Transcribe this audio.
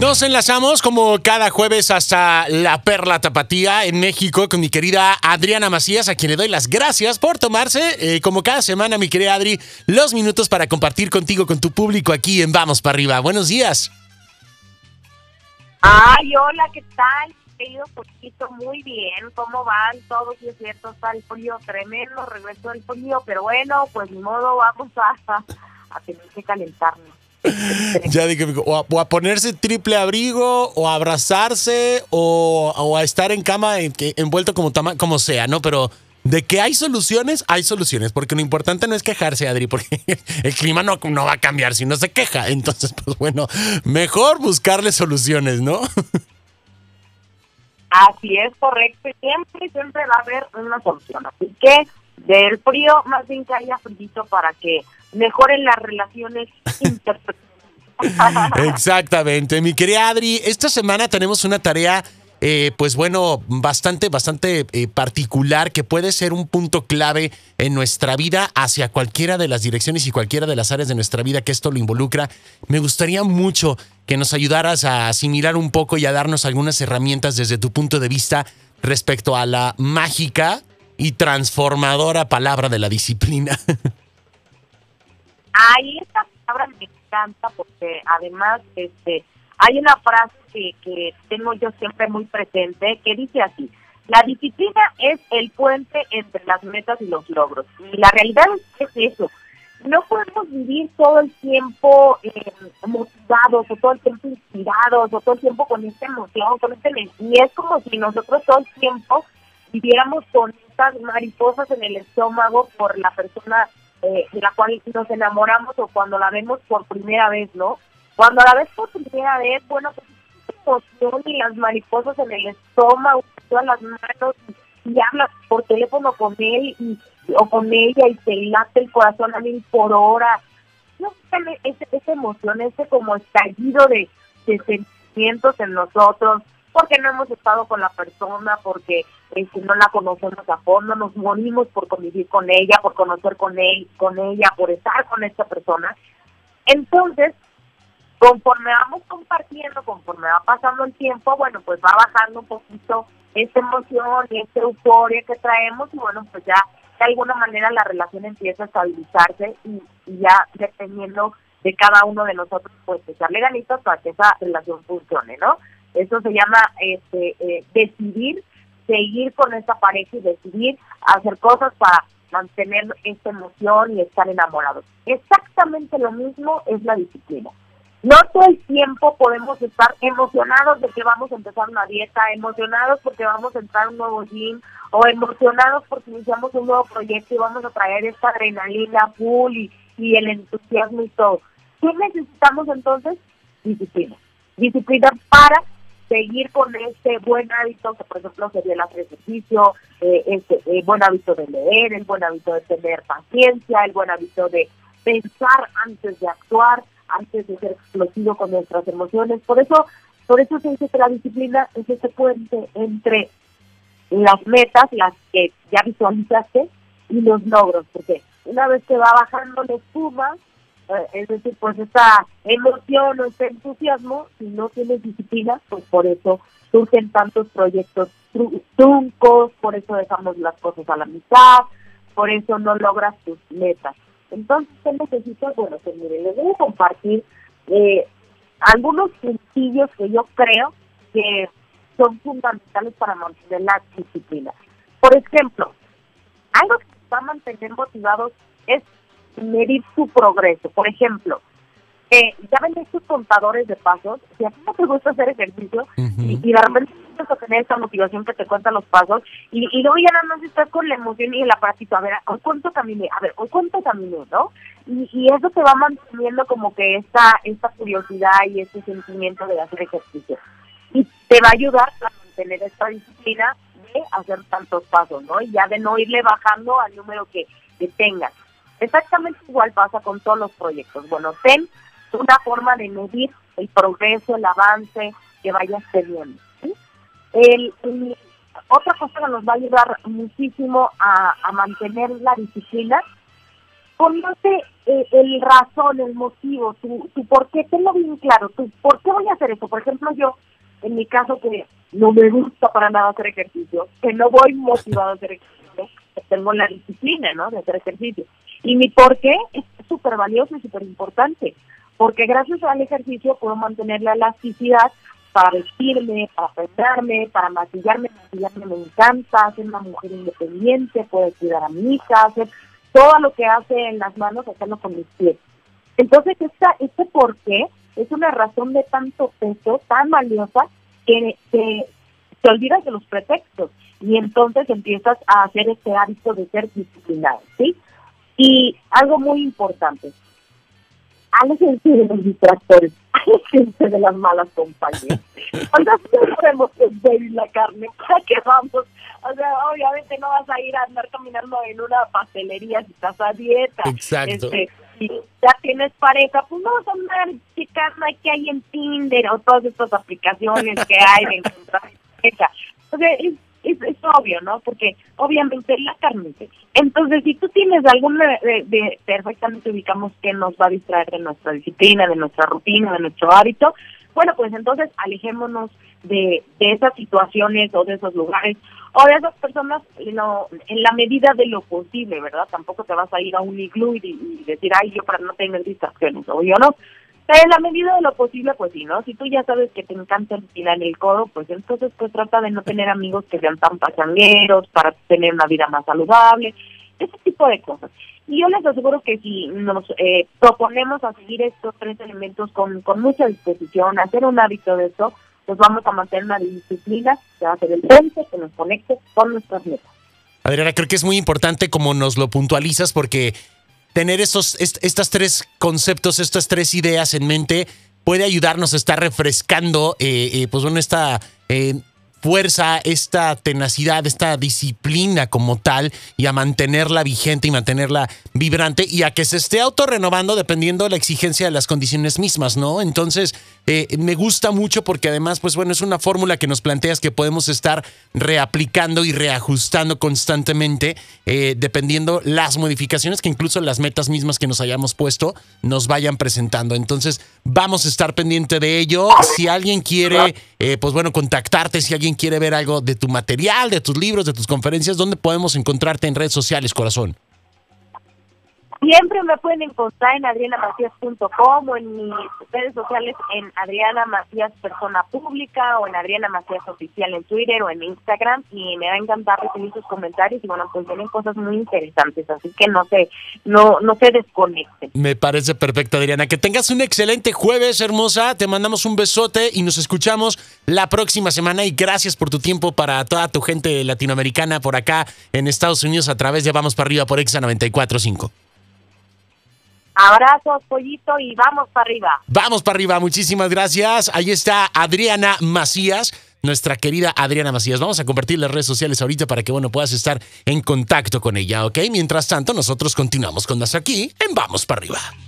Nos enlazamos como cada jueves hasta la Perla Tapatía en México con mi querida Adriana Macías, a quien le doy las gracias por tomarse, como cada semana, mi querida Adri, los minutos para compartir contigo, con tu público aquí en Vamos para Arriba. Buenos días. Ay, hola, ¿qué tal? Querido poquito, muy bien. ¿Cómo van todos? Sí, es cierto, está el frío tremendo, regresó el frío, pero bueno, pues ni modo, vamos a tener que calentarnos. Ya dije, o a ponerse triple abrigo, o a abrazarse, o a estar en cama envuelto como sea, ¿no? Pero de que hay soluciones, porque lo importante no es quejarse, Adri, porque el clima no va a cambiar si no se queja. Entonces, pues bueno, mejor buscarle soluciones, ¿no? Así es, correcto. Siempre va a haber una solución. Así que del frío, más bien que haya frío para que mejoren las relaciones interpersonales. Exactamente. Mi querida Adri, esta semana tenemos una tarea, pues bueno, bastante particular, que puede ser un punto clave en nuestra vida hacia cualquiera de las direcciones y cualquiera de las áreas de nuestra vida que esto lo involucra. Me gustaría mucho que nos ayudaras a asimilar un poco y a darnos algunas herramientas desde tu punto de vista respecto a la mágica y transformadora palabra de la disciplina. Ahí esta palabra me encanta porque además hay una frase que tengo yo siempre muy presente que dice así: la disciplina es el puente entre las metas y los logros. Y la realidad es eso. No podemos vivir todo el tiempo motivados, o todo el tiempo inspirados, o todo el tiempo con esta emoción, con esta energía. Es como si nosotros todo el tiempo viviéramos con estas mariposas en el estómago por la persona de la cual nos enamoramos, o cuando la vemos por primera vez, ¿no? Cuando la ves por primera vez, bueno, pues emoción y las mariposas en el estómago, todas las manos, y hablas por teléfono con él o con ella y te late el corazón a 1000 por hora. No sé, esa emoción, ese como estallido de sentimientos en nosotros, porque no hemos estado con la persona, porque no la conocemos a fondo, nos morimos por convivir con ella, por conocer con ella, por estar con esta persona. Entonces, conforme vamos compartiendo, conforme va pasando el tiempo, bueno, pues va bajando un poquito esta emoción y esta euforia que traemos, y bueno, pues ya de alguna manera la relación empieza a estabilizarse y ya dependiendo de cada uno de nosotros, pues echarle ganitas para que esa relación funcione, ¿no? Eso se llama decidir seguir con esta pareja y decidir hacer cosas para mantener esta emoción y estar enamorados. Exactamente lo mismo es la disciplina. No todo el tiempo podemos estar emocionados de que vamos a empezar una dieta, emocionados porque vamos a entrar a un nuevo gym, o emocionados porque iniciamos un nuevo proyecto y vamos a traer esta adrenalina full y el entusiasmo y todo. ¿Qué necesitamos entonces? Disciplina. Disciplina para seguir con este buen hábito, que por ejemplo sería el ejercicio, buen hábito de leer, el buen hábito de tener paciencia, el buen hábito de pensar antes de actuar, antes de ser explosivo con nuestras emociones. Por eso se dice que la disciplina es ese puente entre las metas, las que ya visualizaste, y los logros, porque una vez que va bajando la espuma, es decir, pues esa emoción o ese entusiasmo, si no tienes disciplina, pues por eso surgen tantos proyectos truncos, por eso dejamos las cosas a la mitad, por eso no logras tus metas. Entonces, ¿qué necesitas? Bueno, pues miren, les voy a compartir algunos sencillos que yo creo que son fundamentales para mantener la disciplina. Por ejemplo, algo que nos va a mantener motivados es medir su progreso. Por ejemplo, ya ven estos contadores de pasos. Si a ti no te gusta hacer ejercicio y de repente tienes que tener esa motivación que te cuenta los pasos y luego ya nada más estás con la emoción y el aparatito, a ver, hoy cuánto caminé, ¿no? Y eso te va manteniendo como que esta curiosidad y este sentimiento de hacer ejercicio. Y te va a ayudar a mantener esta disciplina de hacer tantos pasos, ¿no? Y ya de no irle bajando al número que tengas. Exactamente igual pasa con todos los proyectos. Bueno, ten una forma de medir el progreso, el avance que vayas teniendo, ¿sí? Otra cosa que nos va a ayudar muchísimo a mantener la disciplina, conoce el razón, el motivo, tu por qué, tenlo bien claro, tu por qué voy a hacer eso. Por ejemplo, yo, en mi caso, que no me gusta para nada hacer ejercicio, que no voy motivado a hacer ejercicio, que tengo la disciplina, ¿no?, de hacer ejercicio. Y mi por qué es súper valioso y súper importante, porque gracias al ejercicio puedo mantener la elasticidad para vestirme, para peinarme, para maquillarme. Maquillarme me encanta, ser una mujer independiente, puedo cuidar a mi hija, hacer todo lo que hace en las manos, hacerlo con mis pies. Entonces, este por qué es una razón de tanto peso, tan valiosa, que te olvidas de los pretextos y entonces empiezas a hacer este hábito de ser disciplinado, ¿sí? Y algo muy importante, aléjense de los distractores, aléjense de las malas compañías. O sea, no podemos ver la carne, ¿para qué vamos? O sea, obviamente no vas a ir a andar caminando en una pastelería si estás a dieta. Exacto. Si ya tienes pareja, pues no vas a andar checando que hay en Tinder o todas estas aplicaciones que hay de encontrar pareja. O sea, es obvio, ¿no? Porque obviamente la carne. Entonces, si tú tienes alguna perfectamente ubicamos que nos va a distraer de nuestra disciplina, de nuestra rutina, de nuestro hábito, bueno, pues entonces alejémonos de esas situaciones o de esos lugares o de esas personas en la medida de lo posible, ¿verdad? Tampoco te vas a ir a un iglú y decir, ay, yo para no tener distracciones, o yo no. Pero en la medida de lo posible, pues sí, ¿no? Si tú ya sabes que te encanta empinar el codo, pues entonces pues trata de no tener amigos que sean tan pachangueros para tener una vida más saludable, ese tipo de cosas. Y yo les aseguro que si nos proponemos a seguir estos 3 elementos con mucha disposición, hacer un hábito de eso, pues vamos a mantener una disciplina que va a ser el puente que nos conecte con nuestras metas. Adriana, creo que es muy importante como nos lo puntualizas, porque tener estas 3 conceptos, estas 3 ideas en mente puede ayudarnos a estar refrescando pues bueno, esta fuerza, esta tenacidad, esta disciplina como tal, y a mantenerla vigente y mantenerla vibrante y a que se esté autorrenovando dependiendo de la exigencia de las condiciones mismas, ¿no? Entonces, me gusta mucho porque además, pues bueno, es una fórmula que nos planteas que podemos estar reaplicando y reajustando constantemente dependiendo las modificaciones que incluso las metas mismas que nos hayamos puesto nos vayan presentando. Entonces, vamos a estar pendiente de ello. Si alguien quiere, pues bueno, contactarte, si alguien quiere ver algo de tu material, de tus libros, de tus conferencias, ¿dónde podemos encontrarte en redes sociales, corazón? Siempre me pueden encontrar en adrianamacías.com o en mis redes sociales en Adriana Macías Persona Pública o en Adriana Macías Oficial en Twitter o en Instagram, y me va a encantar recibir sus comentarios y bueno, pues tienen cosas muy interesantes, así que no se desconecten. Me parece perfecto, Adriana. Que tengas un excelente jueves, hermosa. Te mandamos un besote y nos escuchamos la próxima semana, y gracias por tu tiempo para toda tu gente latinoamericana por acá en Estados Unidos a través de Vamos para Arriba por Exa 94.5. Abrazos, pollito, y vamos para arriba. Vamos para arriba, muchísimas gracias. Ahí está Adriana Macías, nuestra querida Adriana Macías. Vamos a compartir las redes sociales ahorita para que, bueno, puedas estar en contacto con ella, ¿ok? Mientras tanto, nosotros continuamos con más aquí en Vamos para Arriba.